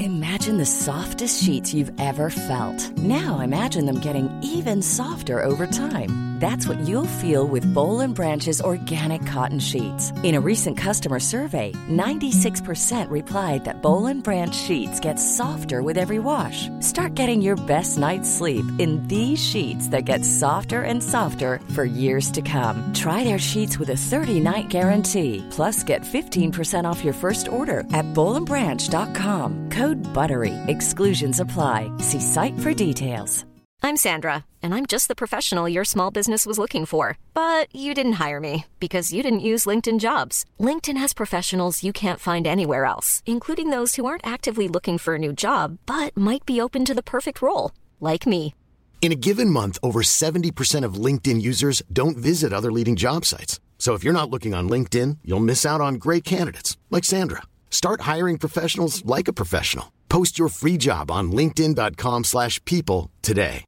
Imagine the softest sheets you've ever felt. Now imagine them getting even softer over time. That's what you'll feel with Boll & Branch's organic cotton sheets. In a recent customer survey, 96% replied that Boll & Branch sheets get softer with every wash. Start getting your best night's sleep in these sheets that get softer and softer for years to come. Try their sheets with a 30-night guarantee. Plus, get 15% off your first order at bollandbranch.com. Code BUTTERY. Exclusions apply. See site for details. I'm Sandra, and I'm just the professional your small business was looking for. But you didn't hire me because you didn't use LinkedIn Jobs. LinkedIn has professionals you can't find anywhere else, including those who aren't actively looking for a new job, but might be open to the perfect role, like me. In a given month, over 70% of LinkedIn users don't visit other leading job sites. So if you're not looking on LinkedIn, you'll miss out on great candidates like Sandra. Start hiring professionals like a professional. Post your free job on linkedin.com/people today.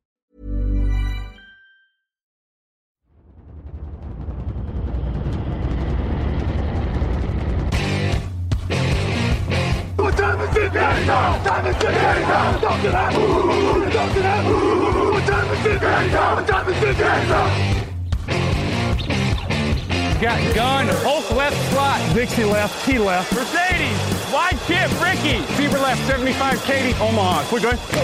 Got gun, Hulk left slot, Dixie left, T left, Mercedes, wide chip, Ricky, Fever left, 75, Katie, Omaha. Quick, go ahead.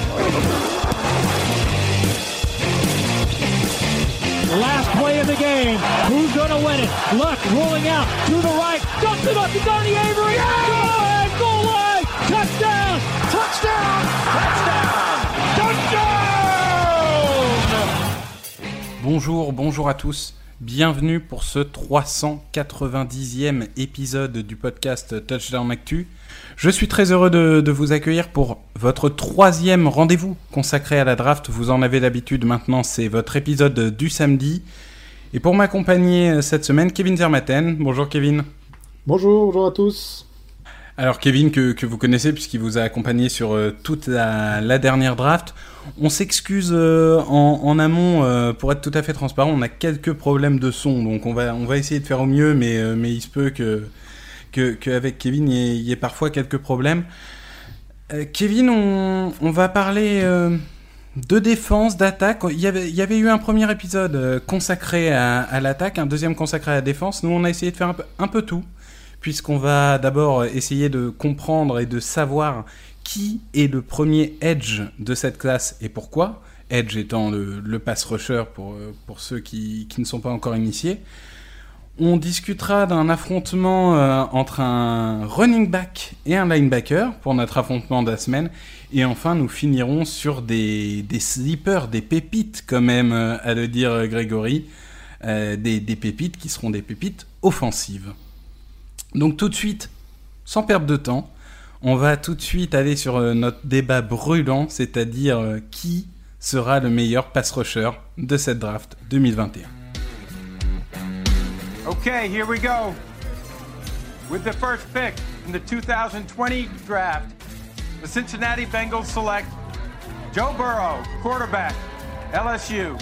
Last play of the game. Who's going to win it? Luck rolling out to the right. Dumps it up to Donnie Avery. Yeah! Goal line. Touchdown. Touchdown. Touchdown. Bonjour à tous. Bienvenue pour ce 390e épisode du podcast Touchdown Actu. Je suis très heureux de vous accueillir pour votre 3e rendez-vous consacré à la draft. Vous en avez l'habitude maintenant, c'est votre épisode du samedi. Et pour m'accompagner cette semaine, Kevin Zermatten. Bonjour Kevin. Bonjour à tous. Alors Kevin, que vous connaissez puisqu'il vous a accompagné sur toute la dernière draft. On s'excuse en amont, pour être tout à fait transparent, on a quelques problèmes de son, donc on va essayer de faire au mieux, mais il se peut qu'avec Kevin, il y ait parfois quelques problèmes. Kevin, on va parler de défense, d'attaque. Il y avait eu un premier épisode consacré à l'attaque, un deuxième consacré à la défense. Nous, on a essayé de faire un peu tout, puisqu'on va d'abord essayer de comprendre et de savoir qui est le premier edge de cette classe et pourquoi. Edge étant le pass rusher pour ceux qui ne sont pas encore initiés. On discutera d'un affrontement entre un running back et un linebacker pour notre affrontement de la semaine. Et enfin, nous finirons sur des sleepers, des pépites quand même, à le dire Grégory. Des pépites qui seront des pépites offensives. Donc tout de suite, sans perdre de temps, on va tout de suite aller sur notre débat brûlant, c'est-à-dire qui sera le meilleur pass rusher de cette draft 2021. Okay, here we go. With the first pick in the 2020 draft, the Cincinnati Bengals select Joe Burrow, quarterback, LSU.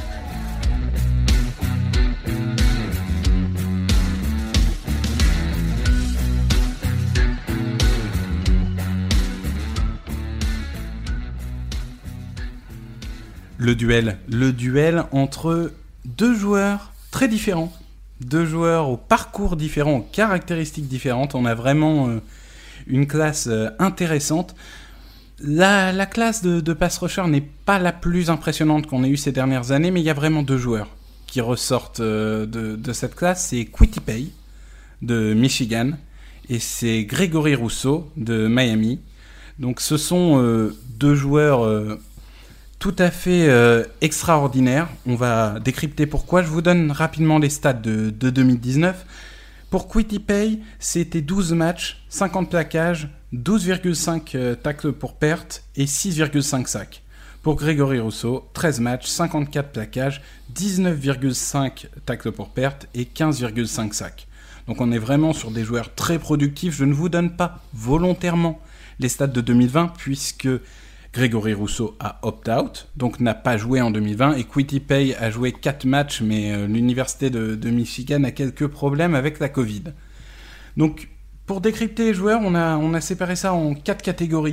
Le duel entre deux joueurs très différents, deux joueurs au parcours différent, aux caractéristiques différentes. On a vraiment une classe intéressante. La classe de pass rusher n'est pas la plus impressionnante qu'on ait eue ces dernières années, mais il y a vraiment deux joueurs qui ressortent de cette classe. C'est Kwity Paye de Michigan et c'est Grégory Rousseau de Miami. Donc ce sont deux joueurs tout à fait extraordinaire. On va décrypter pourquoi. Je vous donne rapidement les stats de 2019. Pour Kwity Paye, c'était 12 matchs, 50 plaquages, 12,5 tacles pour perte et 6,5 sacs. Pour Grégory Rousseau, 13 matchs, 54 plaquages, 19,5 tacles pour perte et 15,5 sacs. Donc on est vraiment sur des joueurs très productifs. Je ne vous donne pas volontairement les stats de 2020 puisque Grégory Rousseau a opt-out, donc n'a pas joué en 2020, et Kwity Paye a joué 4 matchs, mais l'université de Michigan a quelques problèmes avec la Covid. Donc, pour décrypter les joueurs, on a séparé ça en 4 catégories.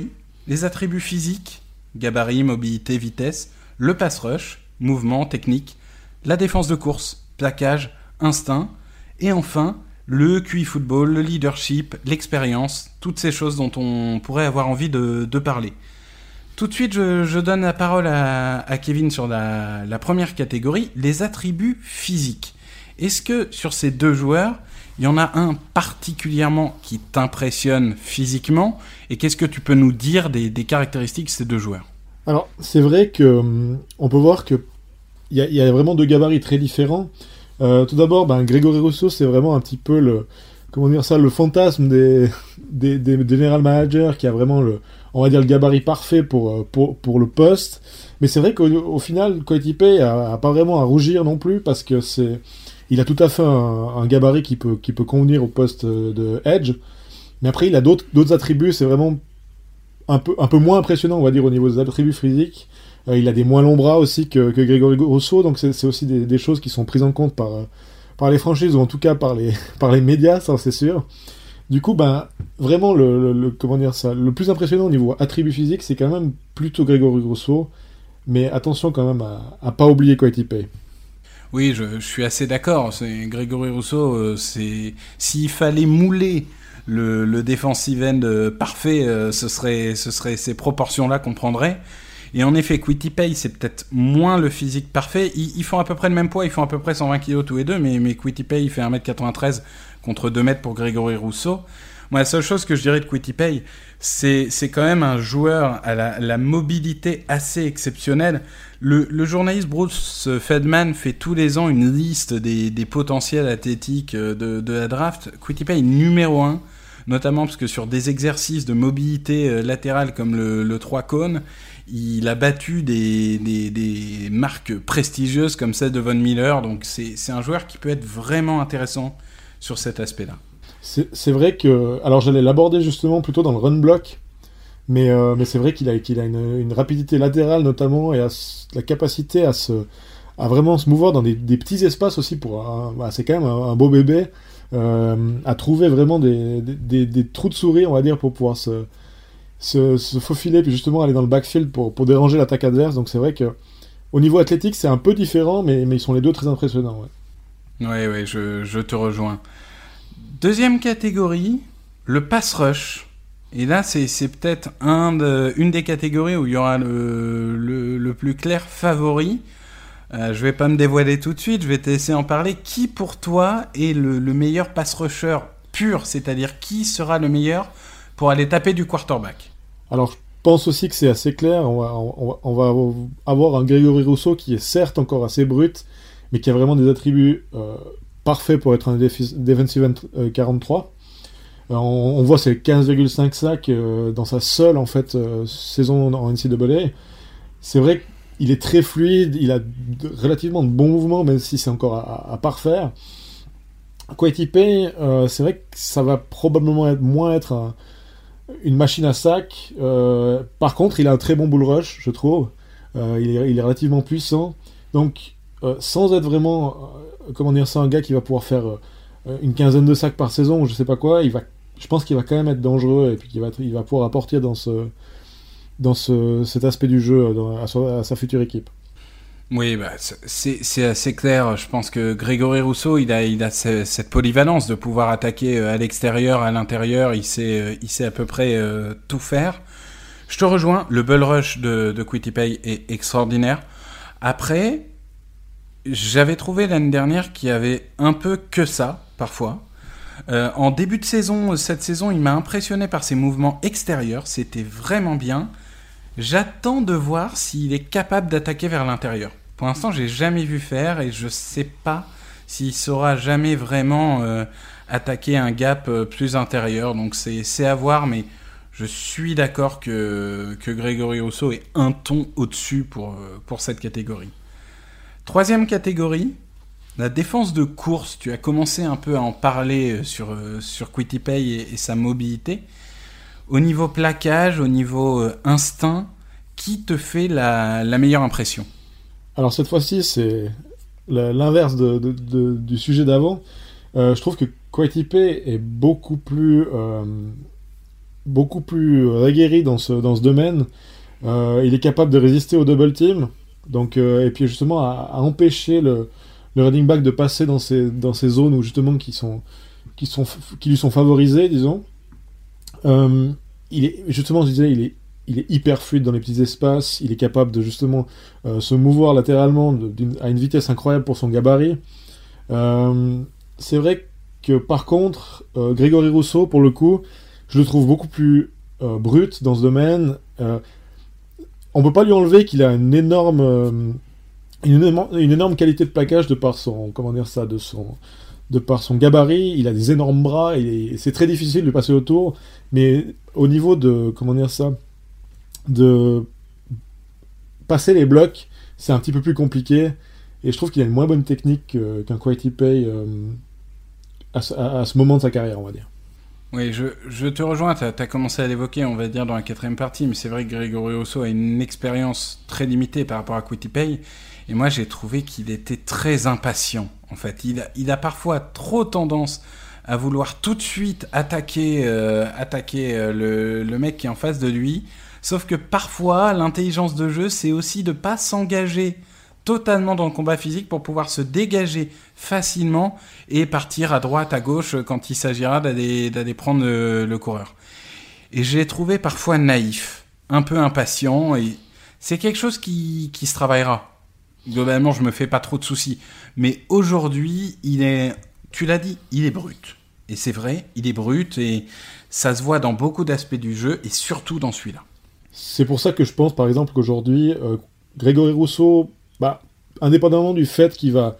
les attributs physiques, gabarit, mobilité, vitesse, le pass rush, mouvement, technique, la défense de course, plaquage, instinct, et enfin le QI football, le leadership, l'expérience, toutes ces choses dont on pourrait avoir envie de parler. Tout de suite, je donne la parole à Kevin sur la première catégorie, les attributs physiques. Est-ce que sur ces deux joueurs, il y en a un particulièrement qui t'impressionne physiquement, et qu'est-ce que tu peux nous dire des caractéristiques de ces deux joueurs ? Alors, c'est vrai qu'on peut voir qu'il y a vraiment deux gabarits très différents. Tout d'abord, Grégory Rousseau, c'est vraiment un petit peu le fantasme des general managers qui a vraiment le gabarit parfait pour le poste. Mais c'est vrai qu'au final, Kwity Paye a pas vraiment à rougir non plus parce que il a tout à fait un gabarit qui peut convenir au poste de edge. Mais après, il a d'autres attributs, c'est vraiment un peu moins impressionnant, on va dire, au niveau des attributs physiques. Il a des moins longs bras aussi que Grégory Rousseau, donc c'est aussi des choses qui sont prises en compte par les franchises, ou en tout cas par les médias, ça c'est sûr. Du coup, vraiment, le plus impressionnant au niveau attributs physiques, c'est quand même plutôt Grégory Rousseau, mais attention quand même à pas oublier Kwity Paye. Oui, je suis assez d'accord. Grégory Rousseau, s'il fallait mouler le defensive end parfait, ce serait ces proportions-là qu'on prendrait. Et en effet, Kwity Paye, c'est peut-être moins le physique parfait. Ils font à peu près le même poids, ils font à peu près 120 kg tous les deux, mais Kwity Paye, il fait 1m93 contre 2 mètres pour Grégory Rousseau. Moi, la seule chose que je dirais de Kwity Paye, c'est quand même un joueur à la mobilité assez exceptionnelle. Le journaliste Bruce Feldman fait tous les ans une liste des potentiels athlétiques de la draft. Kwity Paye est numéro 1, notamment parce que sur des exercices de mobilité latérale comme le 3 cônes, il a battu des marques prestigieuses comme celle de Von Miller, donc c'est un joueur qui peut être vraiment intéressant sur cet aspect-là. C'est vrai que... Alors j'allais l'aborder justement plutôt dans le run block, mais c'est vrai qu'il a une rapidité latérale notamment, et la capacité à vraiment se mouvoir dans des petits espaces aussi. C'est quand même un beau bébé, à trouver vraiment des trous de souris, on va dire, pour pouvoir se faufiler, puis justement aller dans le backfield pour déranger l'attaque adverse. Donc c'est vrai que au niveau athlétique c'est un peu différent, mais ils sont les deux très impressionnants. Ouais, je te rejoins. Deuxième catégorie, le pass rush. Et là c'est peut-être une des catégories où il y aura le plus clair favori. Je vais pas me dévoiler tout de suite, je vais te laisser en parler. Qui pour toi est le meilleur pass rusher pur, c'est-à-dire qui sera le meilleur pour aller taper du quarterback? Alors, je pense aussi que c'est assez clair. On va avoir un Grégory Rousseau qui est certes encore assez brut, mais qui a vraiment des attributs parfaits pour être un defensive end 43. On voit ses 15,5 sacs dans sa seule en fait, saison en NCAA. C'est vrai qu'il est très fluide, il a relativement de bons mouvements, même si c'est encore à parfaire. Kwity Paye, c'est vrai que ça va probablement moins être une machine à sac. Par contre, il a un très bon bull rush, je trouve. Il est relativement puissant. Donc, sans être vraiment, un gars qui va pouvoir faire une quinzaine de sacs par saison, ou je sais pas quoi, je pense qu'il va quand même être dangereux, et puis il va pouvoir apporter dans cet aspect du jeu à sa future équipe. Oui, c'est assez clair. Je pense que Grégory Rousseau, il a cette polyvalence de pouvoir attaquer à l'extérieur, à l'intérieur. Il sait à peu près tout faire. Je te rejoins. Le bull rush de Kwity Paye est extraordinaire. Après, j'avais trouvé l'année dernière qu'il y avait un peu que ça, parfois. En début de saison, cette saison, il m'a impressionné par ses mouvements extérieurs. C'était vraiment bien. J'attends de voir s'il est capable d'attaquer vers l'intérieur. Pour l'instant, j'ai jamais vu faire, et je sais pas s'il saura jamais vraiment attaquer un gap plus intérieur. Donc c'est à voir, mais je suis d'accord que Grégory Rousseau est un ton au-dessus pour cette catégorie. Troisième catégorie, la défense de course. Tu as commencé un peu à en parler sur Kwity Paye et sa mobilité. Au niveau plaquage, au niveau instinct, qui te fait la meilleure impression? Alors cette fois-ci, c'est l'inverse du sujet d'avant. Je trouve que Kwity Paye est beaucoup plus beaucoup plus aguerri dans ce domaine. Il est capable de résister au double team, donc, et puis justement à empêcher le running back de passer dans ces zones où justement qui lui sont favorisées, disons. Il est, justement, je disais, il est hyper fluide dans les petits espaces. Il est capable de justement se mouvoir latéralement à une vitesse incroyable pour son gabarit. C'est vrai que par contre, Grégory Rousseau, pour le coup, je le trouve beaucoup plus brut dans ce domaine. On peut pas lui enlever qu'il a une énorme qualité de plaquage de par son gabarit. Il a des énormes bras et c'est très difficile de lui passer autour. Mais au niveau de de passer les blocs, c'est un petit peu plus compliqué. Et je trouve qu'il a une moins bonne technique qu'un Quaitipay à ce moment de sa carrière, on va dire. Oui, je te rejoins, tu as commencé à l'évoquer, on va dire, dans la 4e partie, mais c'est vrai que Grégory Rousseau a une expérience très limitée par rapport à Quaitipay, et moi j'ai trouvé qu'il était très impatient, en fait. Il a parfois trop tendance à vouloir tout de suite attaquer le mec qui est en face de lui, sauf que parfois, l'intelligence de jeu, c'est aussi de ne pas s'engager totalement dans le combat physique pour pouvoir se dégager facilement et partir à droite, à gauche quand il s'agira d'aller prendre le coureur. Et j'ai trouvé parfois naïf, un peu impatient, et c'est quelque chose qui se travaillera. Globalement, je me fais pas trop de soucis. Mais aujourd'hui, tu l'as dit, il est brut. Et c'est vrai, il est brut, et ça se voit dans beaucoup d'aspects du jeu, et surtout dans celui-là. C'est pour ça que je pense, par exemple, qu'aujourd'hui, Grégory Rousseau, indépendamment du fait qu'il va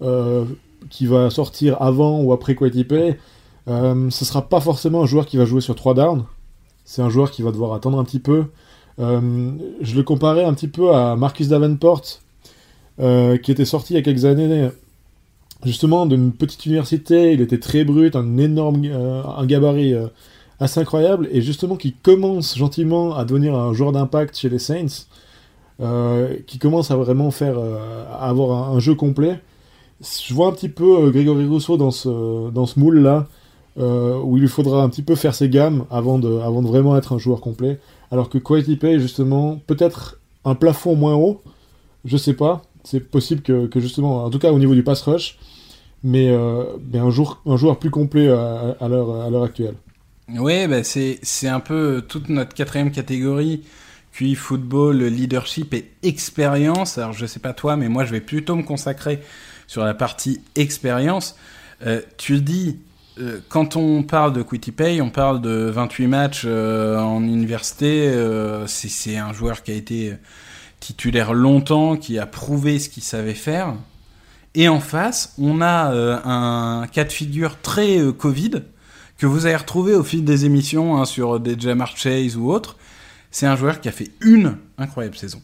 sortir avant ou après Quaitipay, ce sera pas forcément un joueur qui va jouer sur 3 downs. C'est un joueur qui va devoir attendre un petit peu. Je le comparais un petit peu à Marcus Davenport, qui était sorti il y a quelques années, justement d'une petite université. Il était très brut, un gabarit assez incroyable, et justement qui commence gentiment à devenir un joueur d'impact chez les Saints. Qui commence à vraiment à avoir un jeu complet. Je vois un petit peu Grégory Rousseau dans ce moule-là, où il lui faudra un petit peu faire ses gammes avant de vraiment être un joueur complet. Alors que Quaitipay, justement, peut-être un plafond moins haut, je sais pas, c'est possible que justement, en tout cas au niveau du pass rush, mais un joueur plus complet à l'heure actuelle. Oui, c'est un peu toute notre 4e catégorie. QI, football, leadership et expérience. Alors, je sais pas toi, mais moi, je vais plutôt me consacrer sur la partie expérience. Tu le dis, quand on parle de Quaitipay, on parle de 28 matchs en université. C'est un joueur qui a été titulaire longtemps, qui a prouvé ce qu'il savait faire. Et en face, on a un cas de figure très Covid, que vous avez retrouvé au fil des émissions sur des Ja'Marr Chase ou autres. C'est un joueur qui a fait une incroyable saison.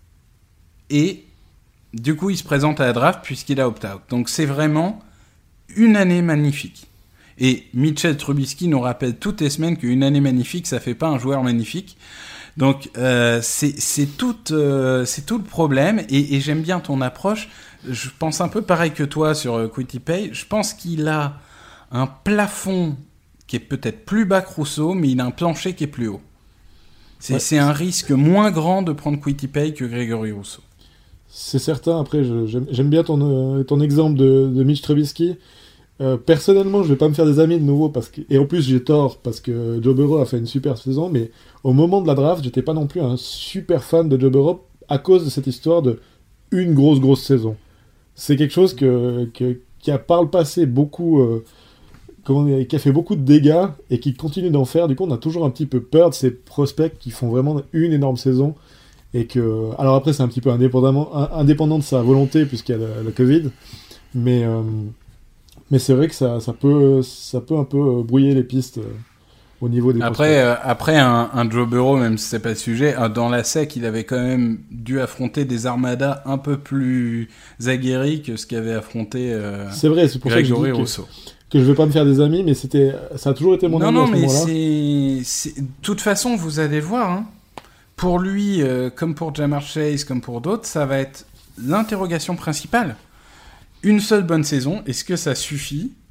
Et du coup, il se présente à la draft puisqu'il a opt-out. Donc c'est vraiment une année magnifique. Et Mitchell Trubisky nous rappelle toutes les semaines qu'une année magnifique, ça fait pas un joueur magnifique. Donc c'est tout le problème. Et j'aime bien ton approche. Je pense un peu pareil que toi sur Quaitipay. Je pense qu'il a un plafond qui est peut-être plus bas que Rousseau, mais il a un plancher qui est plus haut. C'est un risque moins grand de prendre Quaitipay que Grégory Rousseau. C'est certain. Après, j'aime bien ton exemple de Mitch Trubisky. Personnellement, je vais pas me faire des amis de nouveau et en plus j'ai tort parce que Joe Burrow a fait une super saison, mais au moment de la draft, j'étais pas non plus un super fan de Joe Burrow à cause de cette histoire de une grosse saison. C'est quelque chose qui a par le passé beaucoup qui a fait beaucoup de dégâts et qui continue d'en faire. Du coup, on a toujours un petit peu peur de ces prospects qui font vraiment une énorme saison. Et que, alors après, c'est un petit peu indépendant de sa volonté puisqu'il y a le Covid. Mais c'est vrai que ça peut un peu brouiller les pistes au niveau des prospects. Après un Joe Burrow, même si c'est pas le sujet, dans la SEC, il avait quand même dû affronter des armadas un peu plus aguerris que ce qu'avait affronté c'est vrai, c'est pour Grégory ça que Rousseau. Que je vais pas me faire des amis, mais ça a toujours été mon ami à ce moment-là. De toute façon, vous allez voir, hein, pour lui, comme pour Ja'Marr Chase, comme pour d'autres, ça va être l'interrogation principale. Une seule bonne saison, est-ce que ça suffit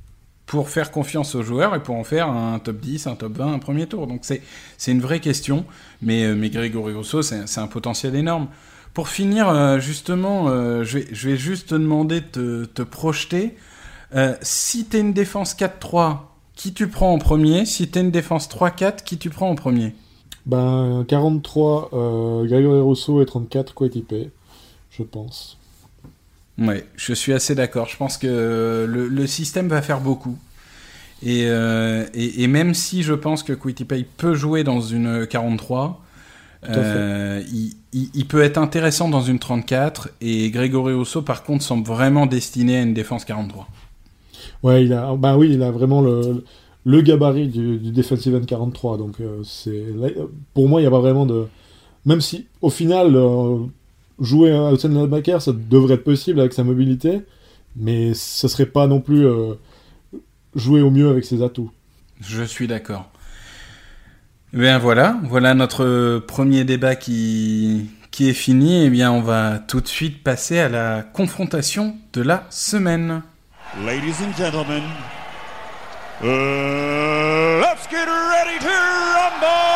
pour faire confiance aux joueurs et pour en faire un top 10, un top 20, un premier tour. Donc c'est une vraie question, mais Grégory Rousseau, c'est un potentiel énorme. Pour finir, justement, je vais juste te demander de te projeter. Si t'es une défense 4-3, qui tu prends en premier ? Si t'es une défense 3-4, qui tu prends en premier ? 43, Grégory Rousseau et 34, Kouetipe, je pense. Ouais, je suis assez d'accord. Je pense que le système va faire beaucoup. Et même si je pense que Kouetipe peut jouer dans une 43, il peut être intéressant dans une 34. Et Grégory Rousseau, par contre, semble vraiment destiné à une défense 43. Ouais, il a vraiment le gabarit du defensive end 43. Donc, pour moi, il n'y a pas vraiment de... Même si, au final... jouer un outside linebacker, ça devrait être possible avec sa mobilité, mais ce serait pas non plus jouer au mieux avec ses atouts. Je suis d'accord. Eh bien voilà notre premier débat qui est fini. Eh bien on va tout de suite passer à la confrontation de la semaine. Ladies and gentlemen, let's get ready to rumble!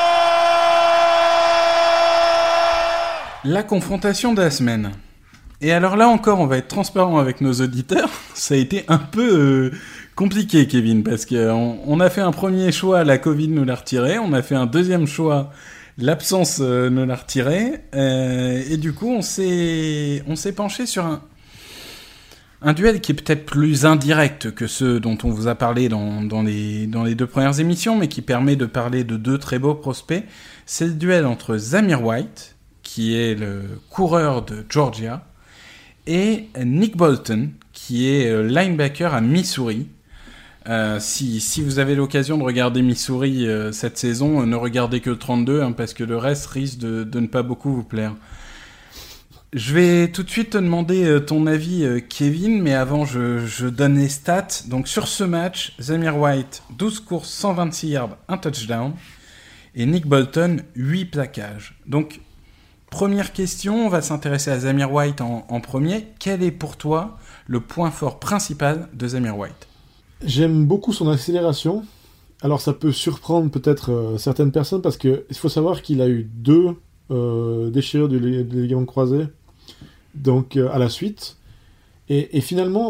La confrontation de la semaine. Et alors là encore, on va être transparent avec nos auditeurs. Ça a été un peu compliqué, Kevin, parce qu'on a fait un premier choix, la Covid nous l'a retiré. On a fait un deuxième choix, l'absence nous l'a retiré. Et du coup, on s'est penché sur un duel qui est peut-être plus indirect que ceux dont on vous a parlé dans les deux premières émissions, mais qui permet de parler de deux très beaux prospects. C'est le duel entre Zamir White, qui est le coureur de Georgia, et Nick Bolton, qui est linebacker à Missouri. Si vous avez l'occasion de regarder Missouri cette saison, ne regardez que le 32, parce que le reste risque de ne pas beaucoup vous plaire. Je vais tout de suite te demander ton avis, Kevin, mais avant, je donne les stats. Donc sur ce match, Zamir White, 12 courses, 126 yards, 1 touchdown, et Nick Bolton, 8 plaquages. Donc, première question, on va s'intéresser à Zamir White en premier. Quel est pour toi le point fort principal de Zamir White ? J'aime beaucoup son accélération. Alors ça peut surprendre peut-être certaines personnes parce qu'il faut savoir qu'il a eu 2 déchirures du ligament croisé donc, à la suite. Et finalement...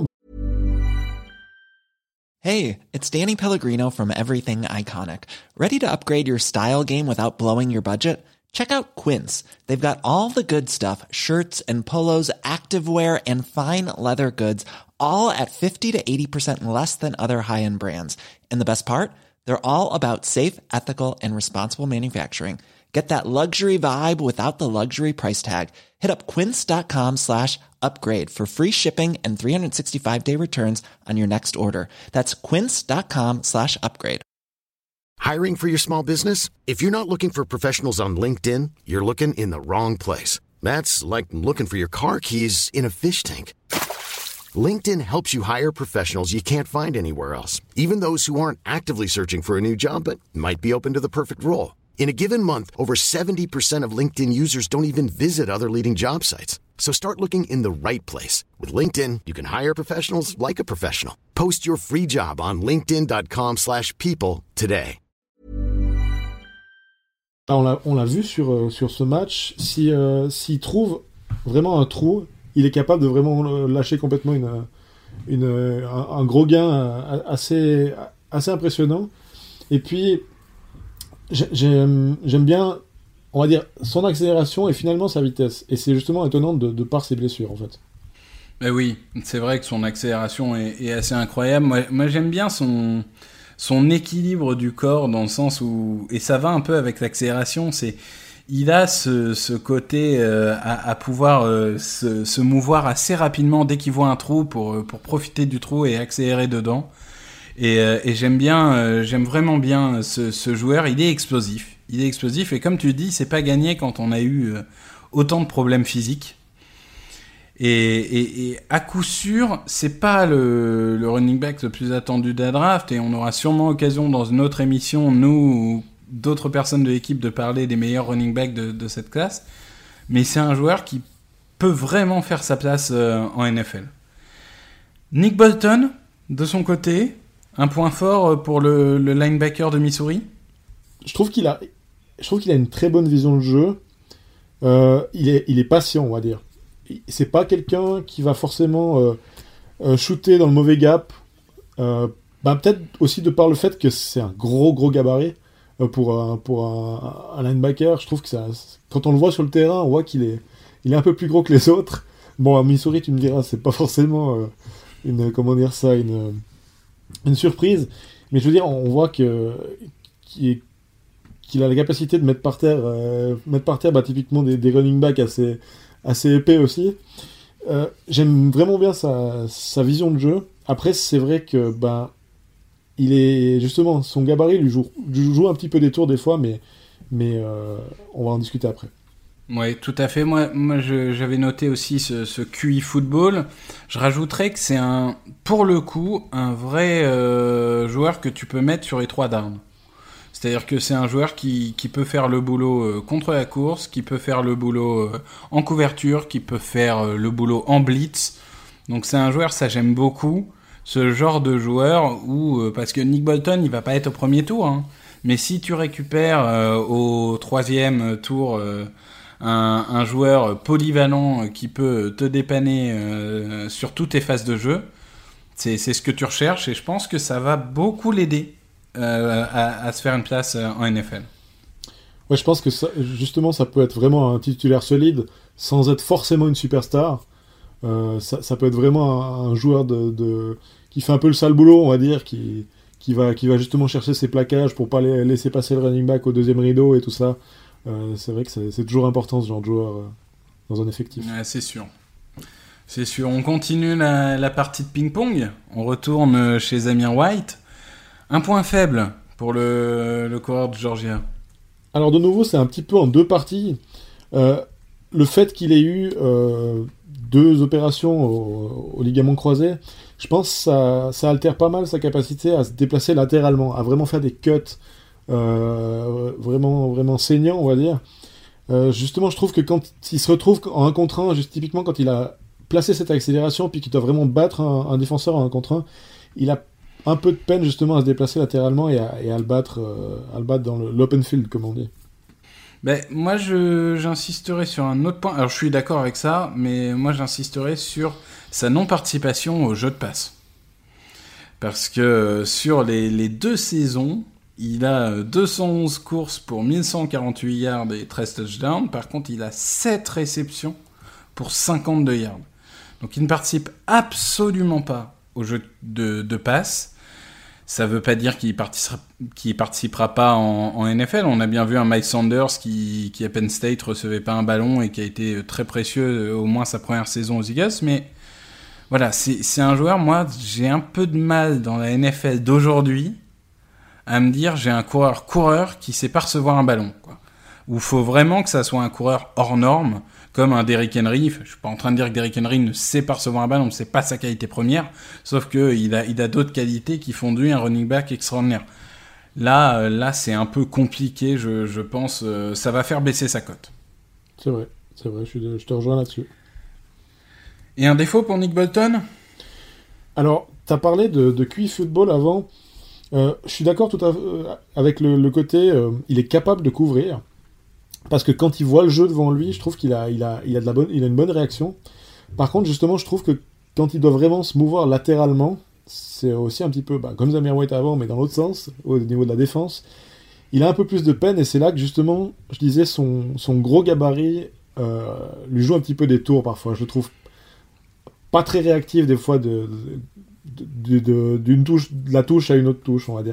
Hey, it's Danny Pellegrino from Everything Iconic. Ready to upgrade your style game without blowing your budget? Check out Quince. They've got all the good stuff, shirts and polos, activewear, and fine leather goods, all at 50 to 80% less than other high-end brands. And the best part? They're all about safe, ethical, and responsible manufacturing. Get that luxury vibe without the luxury price tag. Hit up quince.com/upgrade for free shipping and 365-day returns on your next order. That's quince.com/upgrade. Hiring for your small business? If you're not looking for professionals on LinkedIn, you're looking in the wrong place. That's like looking for your car keys in a fish tank. LinkedIn helps you hire professionals you can't find anywhere else, even those who aren't actively searching for a new job but might be open to the perfect role. In a given month, over 70% of LinkedIn users don't even visit other leading job sites. So start looking in the right place. With LinkedIn, you can hire professionals like a professional. Post your free job on linkedin.com/people today. On l'a vu sur ce match, s'il trouve vraiment un trou, il est capable de vraiment lâcher complètement un gros gain assez impressionnant. Et puis, j'aime bien, on va dire, son accélération et finalement sa vitesse. Et c'est justement étonnant de par ses blessures, en fait. Ben oui, c'est vrai que son accélération est assez incroyable. Moi j'aime bien son équilibre du corps, dans le sens où, et ça va un peu avec l'accélération, il a ce côté à pouvoir se mouvoir assez rapidement dès qu'il voit un trou pour profiter du trou et accélérer dedans. Et j'aime vraiment bien ce joueur. Il est explosif et comme tu dis, c'est pas gagné quand on a eu autant de problèmes physiques. Et à coup sûr, c'est pas le running back le plus attendu de la draft, et on aura sûrement l'occasion dans une autre émission, nous ou d'autres personnes de l'équipe, de parler des meilleurs running backs de cette classe. Mais c'est un joueur qui peut vraiment faire sa place en NFL. Nick Bolton, de son côté, Un point fort pour le linebacker de Missouri ? Je trouve qu'il a une très bonne vision de jeu. Il est patient, on va dire. C'est pas quelqu'un qui va forcément shooter dans le mauvais gap. Peut-être aussi de par le fait que c'est un gros gabarit pour un linebacker. Je trouve que quand on le voit sur le terrain, on voit qu'il est un peu plus gros que les autres. Bon, à Missouri, tu me diras, c'est pas forcément une surprise. Mais je veux dire, on voit qu'il a la capacité de mettre par terre typiquement des running backs assez épais aussi. J'aime vraiment bien sa vision de jeu. Après, c'est vrai que il est justement, son gabarit lui joue un petit peu des tours des fois, mais on va en discuter après. Oui, tout à fait. Moi j'avais noté aussi ce QI football. Je rajouterais que c'est pour le coup, un vrai joueur que tu peux mettre sur les 3 downs. C'est-à-dire que c'est un joueur qui peut faire le boulot contre la course, qui peut faire le boulot en couverture, qui peut faire le boulot en blitz. Donc c'est un joueur, ça j'aime beaucoup, ce genre de joueur parce que Nick Bolton, il va pas être au premier tour, hein, mais si tu récupères au 3e tour un joueur polyvalent qui peut te dépanner sur toutes tes phases de jeu, c'est ce que tu recherches, et je pense que ça va beaucoup l'aider à se faire une place en NFL. Ouais, je pense que ça peut être vraiment un titulaire solide sans être forcément une superstar. Ça peut être vraiment un joueur qui fait un peu le sale boulot, on va dire, qui va justement chercher ses plaquages pour pas laisser passer le running back au 2e rideau et tout ça. C'est vrai que c'est toujours important ce genre de joueur dans un effectif. Ouais, c'est sûr. C'est sûr. On continue la partie de ping-pong. On retourne chez Zamir White. Un point faible pour le coureur de Georgia. Alors de nouveau, c'est un petit peu en 2 parties. Le fait qu'il ait eu 2 opérations au ligament croisé, je pense que ça altère pas mal sa capacité à se déplacer latéralement, à vraiment faire des cuts vraiment saignants, on va dire. Justement, je trouve que quand il se retrouve en 1 contre 1, juste typiquement quand il a placé cette accélération puis qu'il doit vraiment battre un défenseur en 1 contre 1, il a un peu de peine justement à se déplacer latéralement et à le battre dans l'open field, comme on dit. Moi, j'insisterai sur un autre point. Alors, je suis d'accord avec ça, mais moi, j'insisterai sur sa non-participation au jeu de passe. Parce que sur les 2 saisons, il a 211 courses pour 1148 yards et 13 touchdowns. Par contre, il a 7 réceptions pour 52 yards. Donc, il ne participe absolument pas au jeu de passe. Ça veut pas dire qu'il participera pas en NFL. On a bien vu un Mike Sanders qui à Penn State recevait pas un ballon et qui a été très précieux, au moins sa première saison aux Eagles. Mais voilà, c'est un joueur, moi, j'ai un peu de mal dans la NFL d'aujourd'hui à me dire j'ai un coureur qui sait pas recevoir un ballon, quoi. Où faut vraiment que ça soit un coureur hors norme, comme un Derrick Henry. Je suis pas en train de dire que Derrick Henry ne sait pas recevoir un ballon, c'est pas sa qualité première, sauf que il a d'autres qualités qui font de lui un running back extraordinaire. Là c'est un peu compliqué, je pense, ça va faire baisser sa cote. C'est vrai, je te rejoins là-dessus. Et un défaut pour Nick Bolton ? Alors, t'as parlé de QI football avant. Je suis d'accord tout à fait avec le côté, il est capable de couvrir. Parce que quand il voit le jeu devant lui, je trouve qu'il a une bonne réaction. Par contre, justement, je trouve que quand il doit vraiment se mouvoir latéralement, c'est aussi un petit peu comme Zamir White avant, mais dans l'autre sens, au niveau de la défense, il a un peu plus de peine, et c'est là que justement, je disais, son gros gabarit lui joue un petit peu des tours parfois. Je le trouve pas très réactif des fois d'une touche, de la touche à une autre touche, on va dire.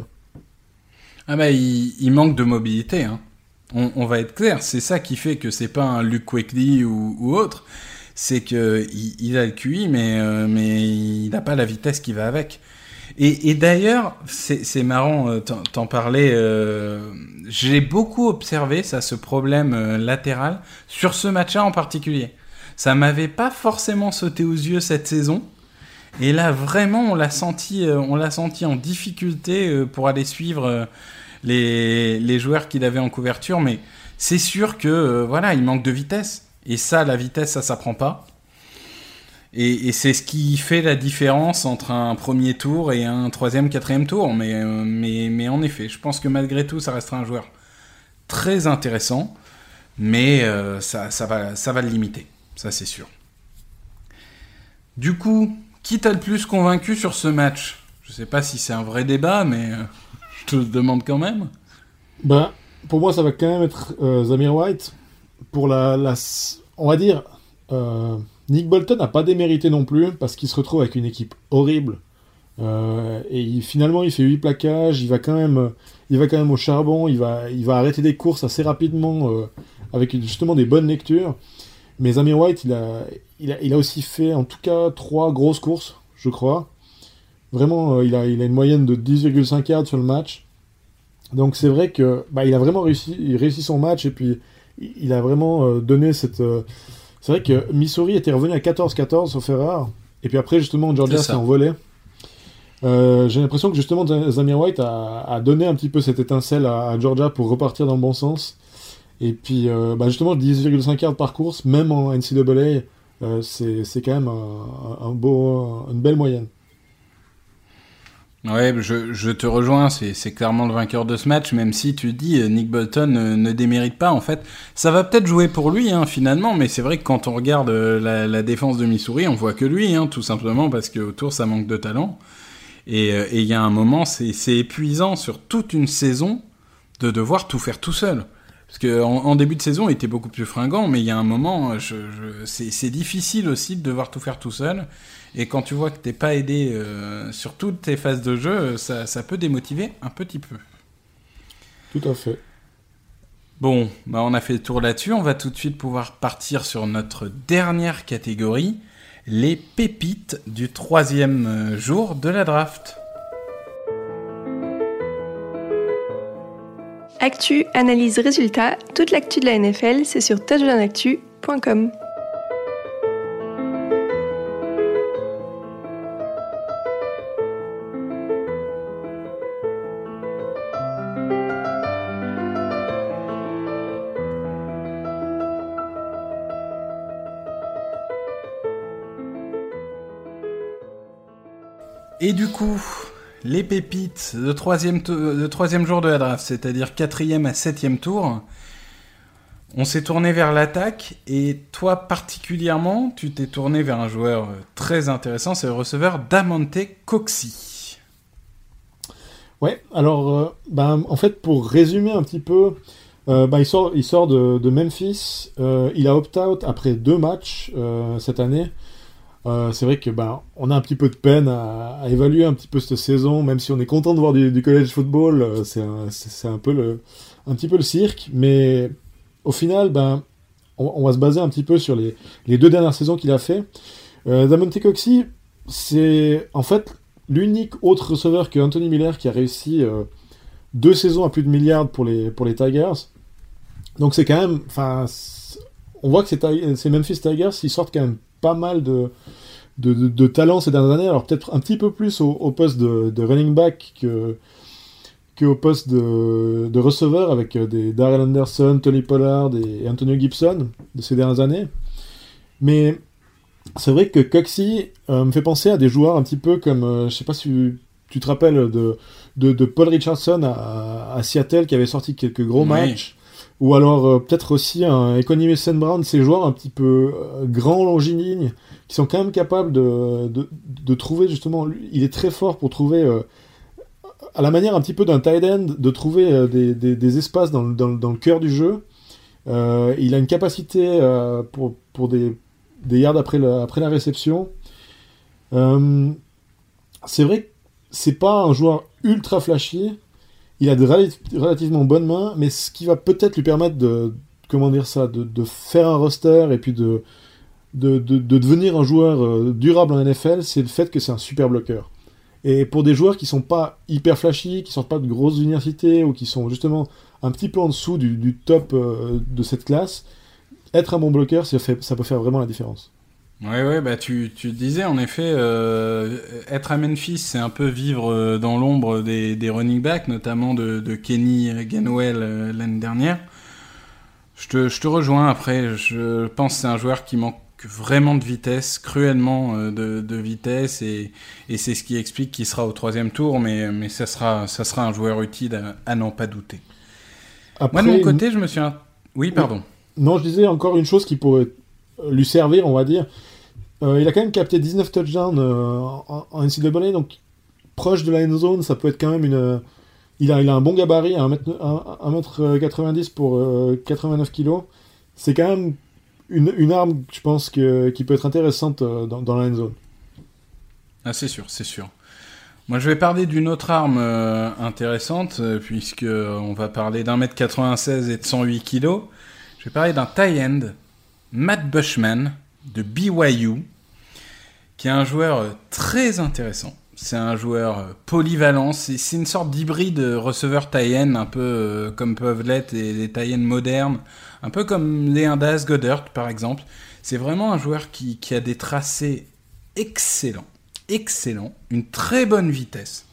Il manque de mobilité, hein. On va être clair, c'est ça qui fait que c'est pas un Luke Kuechly ou autre, c'est que il a le QI, mais il n'a pas la vitesse qui va avec. Et d'ailleurs, c'est marrant, t'en parlais, j'ai beaucoup observé ce problème latéral sur ce match-là en particulier. Ça m'avait pas forcément sauté aux yeux cette saison, et là vraiment on l'a senti en difficulté pour aller suivre les joueurs qu'il avait en couverture, mais c'est sûr que il manque de vitesse, et ça, la vitesse, ça s'apprend pas. Et c'est ce qui fait la différence entre un premier tour et un troisième, quatrième tour. Mais en effet, je pense que malgré tout, ça restera un joueur très intéressant. Mais ça va le limiter. Ça, c'est sûr. Du coup, qui t'a le plus convaincu sur ce match ? Je sais pas si c'est un vrai débat, mais je te le demande quand même. Bah, pour moi, ça va quand même être Zamir White. Pour on va dire... Nick Bolton n'a pas démérité non plus parce qu'il se retrouve avec une équipe horrible et finalement il fait 8 plaquages, il va quand même au charbon, il va arrêter des courses assez rapidement avec justement des bonnes lectures. Mais Zamir White il a aussi fait en tout cas 3 grosses courses, je crois. Vraiment il a une moyenne de 10,5 yards sur le match. Donc c'est vrai que il a vraiment réussi son match et puis il a vraiment donné cette c'est vrai que Missouri était revenu à 14-14 sauf erreur, et puis après justement Georgia s'est envolé. J'ai l'impression que justement Zamir White a donné un petit peu cette étincelle à Georgia pour repartir dans le bon sens. Et puis justement 10,5 yards par course, même en NCAA, c'est quand même une belle moyenne. Ouais, je te rejoins, c'est clairement le vainqueur de ce match, même si tu dis Nick Bolton ne démérite pas. En fait, ça va peut-être jouer pour lui finalement, mais c'est vrai que quand on regarde la défense de Missouri, on voit que lui, tout simplement parce qu'autour ça manque de talent. Et il y a un moment, c'est épuisant sur toute une saison de devoir tout faire tout seul. Parce qu'en début de saison, il était beaucoup plus fringant, mais il y a un moment, c'est difficile aussi de devoir tout faire tout seul. Et quand tu vois que t'es pas aidé sur toutes tes phases de jeu, ça peut démotiver un petit peu. Tout à fait. Bon, on a fait le tour là-dessus. On va tout de suite pouvoir partir sur notre dernière catégorie, les pépites du 3e jour de la draft. Actu, analyse, résultat, toute l'actu de la NFL, c'est sur touchdownactu.com. Et du coup, les pépites de troisième jour de la draft, c'est-à-dire 4e à 7e tour, on s'est tourné vers l'attaque, et toi particulièrement, tu t'es tourné vers un joueur très intéressant, c'est le receveur Damonte Coxie. Ouais, alors, en fait, pour résumer un petit peu, il sort de Memphis, il a opt-out après 2 matchs cette année. C'est vrai que on a un petit peu de peine à évaluer un petit peu cette saison, même si on est content de voir du college football, c'est un petit peu le cirque, mais au final, on va se baser un petit peu sur les 2 dernières saisons qu'il a fait. Damonte Coxie, c'est en fait l'unique autre receveur que Anthony Miller qui a réussi 2 saisons à plus de milliards pour les Tigers. Donc c'est quand même, on voit que ces Memphis Tigers, ils sortent quand même pas mal de talent ces dernières années, alors peut-être un petit peu plus au poste de running back que au poste de receveur avec des Darrell Anderson, Tony Pollard et Antonio Gibson de ces dernières années. Mais c'est vrai que Coxie me fait penser à des joueurs un petit peu comme, je sais pas si tu te rappelles de Paul Richardson à Seattle qui avait sorti quelques gros matchs. Ou alors peut-être aussi un Equanimeous St. Brown, ces joueurs un petit peu grands, longilignes, qui sont quand même capables de trouver justement... Il est très fort pour trouver, à la manière un petit peu d'un tight end, de trouver des espaces dans le cœur du jeu. Il a une capacité pour des yards après la réception. C'est vrai que c'est pas un joueur ultra flashy. Il a de relativement bonnes mains, mais ce qui va peut-être lui permettre de faire un roster et puis de devenir un joueur durable en NFL, c'est le fait que c'est un super bloqueur. Et pour des joueurs qui sont pas hyper flashy, qui sortent pas de grosses universités ou qui sont justement un petit peu en dessous du top de cette classe, être un bon bloqueur, ça peut faire vraiment la différence. Ouais, tu disais en effet, être à Memphis, c'est un peu vivre dans l'ombre des running backs, notamment de Kenny Gainwell l'année dernière. Je te rejoins. Après, je pense que c'est un joueur qui manque vraiment de vitesse, cruellement de vitesse, et c'est ce qui explique qu'il sera au 3e tour, mais ça sera un joueur utile à n'en pas douter. Après, moi de mon côté, je me suis... Oui, pardon. Non, je disais encore une chose qui pourrait lui servir, on va dire. Il a quand même capté 19 touchdowns en NCAA, donc proche de la end zone, ça peut être quand même une... Il a un bon gabarit, 1m90 pour 89 kg. C'est quand même une arme, je pense, qui peut être intéressante dans la end zone. Ah, c'est sûr. Moi, je vais parler d'une autre arme intéressante, puisque on va parler d'1m96 et de 108 kg. Je vais parler d'un tight end, Matt Bushman, de BYU, qui est un joueur très intéressant. C'est un joueur polyvalent, c'est une sorte d'hybride receveur tight end, un peu comme peuvent l'être les tight ends modernes, un peu comme Leonidas Goddard par exemple. C'est vraiment un joueur qui a des tracés excellents, une très bonne vitesse,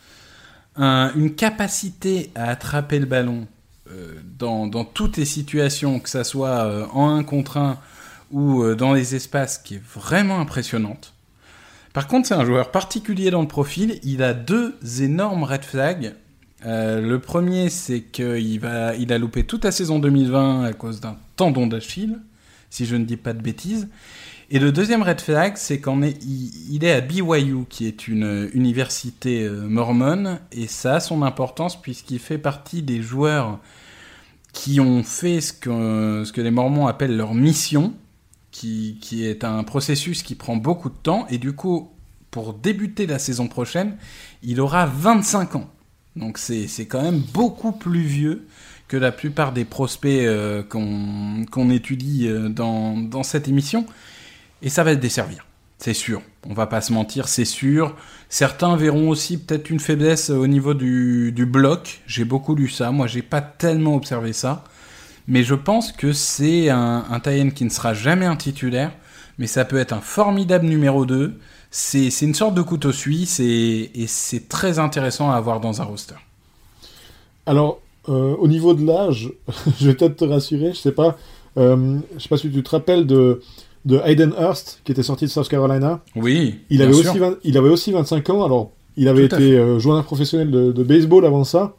une capacité à attraper le ballon dans toutes les situations, que ça soit en 1 contre 1 ou dans les espaces, qui est vraiment impressionnante. Par contre, c'est un joueur particulier dans le profil. Il a 2 énormes red flags. Le premier, c'est qu'il a loupé toute la saison 2020 à cause d'un tendon d'Achille, si je ne dis pas de bêtises. Et le deuxième red flag, c'est qu'il est à BYU, qui est une université mormone, et ça a son importance puisqu'il fait partie des joueurs qui ont fait ce que les Mormons appellent leur mission, qui est un processus qui prend beaucoup de temps, et du coup, pour débuter la saison prochaine, il aura 25 ans. Donc c'est quand même beaucoup plus vieux que la plupart des prospects qu'on étudie dans cette émission, et ça va le desservir, c'est sûr. On va pas se mentir, c'est sûr. Certains verront aussi peut-être une faiblesse au niveau du bloc. J'ai beaucoup lu ça, moi j'ai pas tellement observé ça. Mais je pense que c'est un tight end qui ne sera jamais un titulaire, mais ça peut être un formidable numéro 2. C'est une sorte de couteau suisse, et c'est très intéressant à avoir dans un roster. Alors, au niveau de l'âge, je vais peut-être te rassurer, je sais pas si tu te rappelles de Hayden Hurst, qui était sorti de South Carolina. Oui, il avait aussi 25 ans, alors il avait été joueur professionnel de baseball avant ça.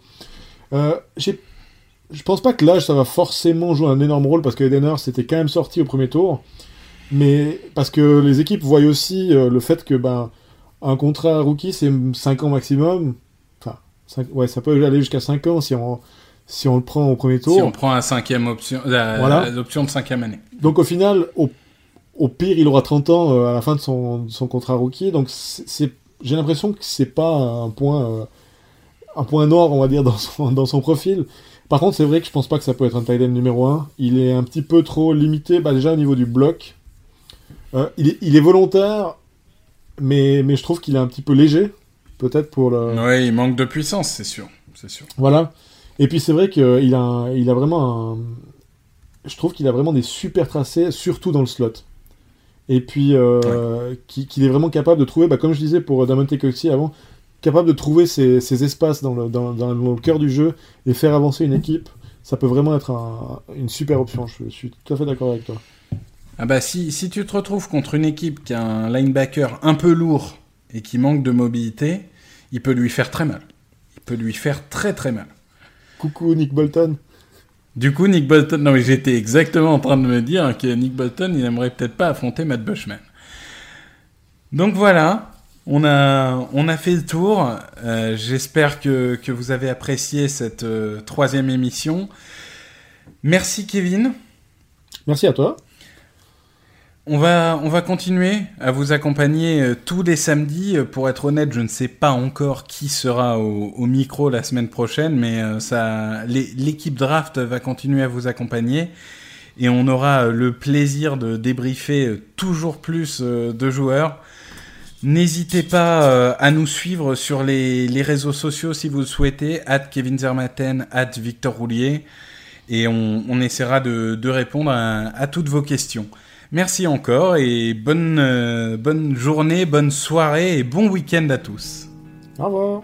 Je pense pas que l'âge, ça va forcément jouer un énorme rôle, parce que Hayden Hurst était quand même sorti au premier tour, mais parce que les équipes voient aussi le fait que un contrat rookie, c'est 5 ans maximum. Enfin, ça peut aller jusqu'à 5 ans si on le prend au premier tour. Si on prend la 5e option, l'option de 5e année. Donc au final, au pire, il aura 30 ans à la fin de son contrat rookie, donc j'ai l'impression que c'est pas un point noir, on va dire, dans son profil. Par contre, c'est vrai que je pense pas que ça peut être un tight end numéro 1. Il est un petit peu trop limité, déjà au niveau du bloc. Il est volontaire, mais je trouve qu'il est un petit peu léger, peut-être pour le... Oui, il manque de puissance, c'est sûr. Voilà. Et puis c'est vrai qu'il a vraiment je trouve qu'il a vraiment des super tracés, surtout dans le slot. Et puis qu'il est vraiment capable de trouver, comme je disais pour Damonte Coxie avant, capable de trouver ces espaces dans le cœur du jeu et faire avancer une équipe. Ça peut vraiment être une super option. Je suis tout à fait d'accord avec toi. Ah si tu te retrouves contre une équipe qui a un linebacker un peu lourd et qui manque de mobilité, il peut lui faire très mal. Il peut lui faire très très mal. Coucou Nick Bolton. Du coup, Nick Bolton... Non, mais j'étais exactement en train de me dire que Nick Bolton, il aimerait peut-être pas affronter Matt Bushman. Donc voilà, on a fait le tour. J'espère que vous avez apprécié cette 3e émission. Merci Kevin. Merci à toi. On va continuer à vous accompagner tous les samedis. Pour être honnête, je ne sais pas encore qui sera au micro la semaine prochaine, mais l'équipe draft va continuer à vous accompagner, et on aura le plaisir de débriefer toujours plus de joueurs. N'hésitez pas à nous suivre sur les réseaux sociaux si vous le souhaitez, @KevinZermatten, @Victor Roulier, et on essaiera de répondre à toutes vos questions. Merci encore, et bonne journée, bonne soirée et bon week-end à tous. Au revoir.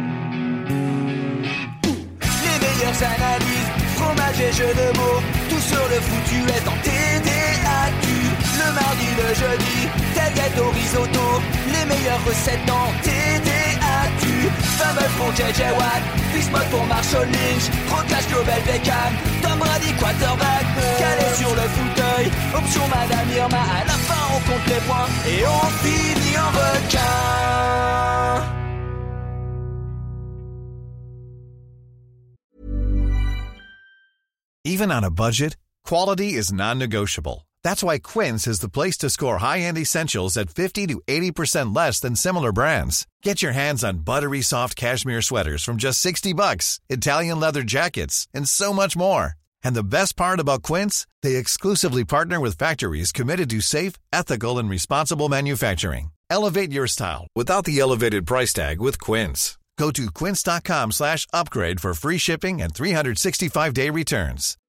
Les meilleures analyses, fromage et jeux de mots, tout sur le foutu est en TDAQ. Le mardi, le jeudi, tailgate au risotto. Les meilleures recettes en TDAQ. Fameux pour JJ Watt, Bismuth pour Marshall Lynch. Rocklash Global Beckham, Tom Brady quarterback. Calé sur le fauteuil, option Madame Irma. À la fin on compte les points et on finit en requin. Even on a budget, quality is non-negotiable. That's why Quince is the place to score high-end essentials at 50 to 80% less than similar brands. Get your hands on buttery soft cashmere sweaters from just $60, Italian leather jackets, and so much more. And the best part about Quince, they exclusively partner with factories committed to safe, ethical, and responsible manufacturing. Elevate your style without the elevated price tag with Quince. Go to quince.com/upgrade for free shipping and 365-day returns.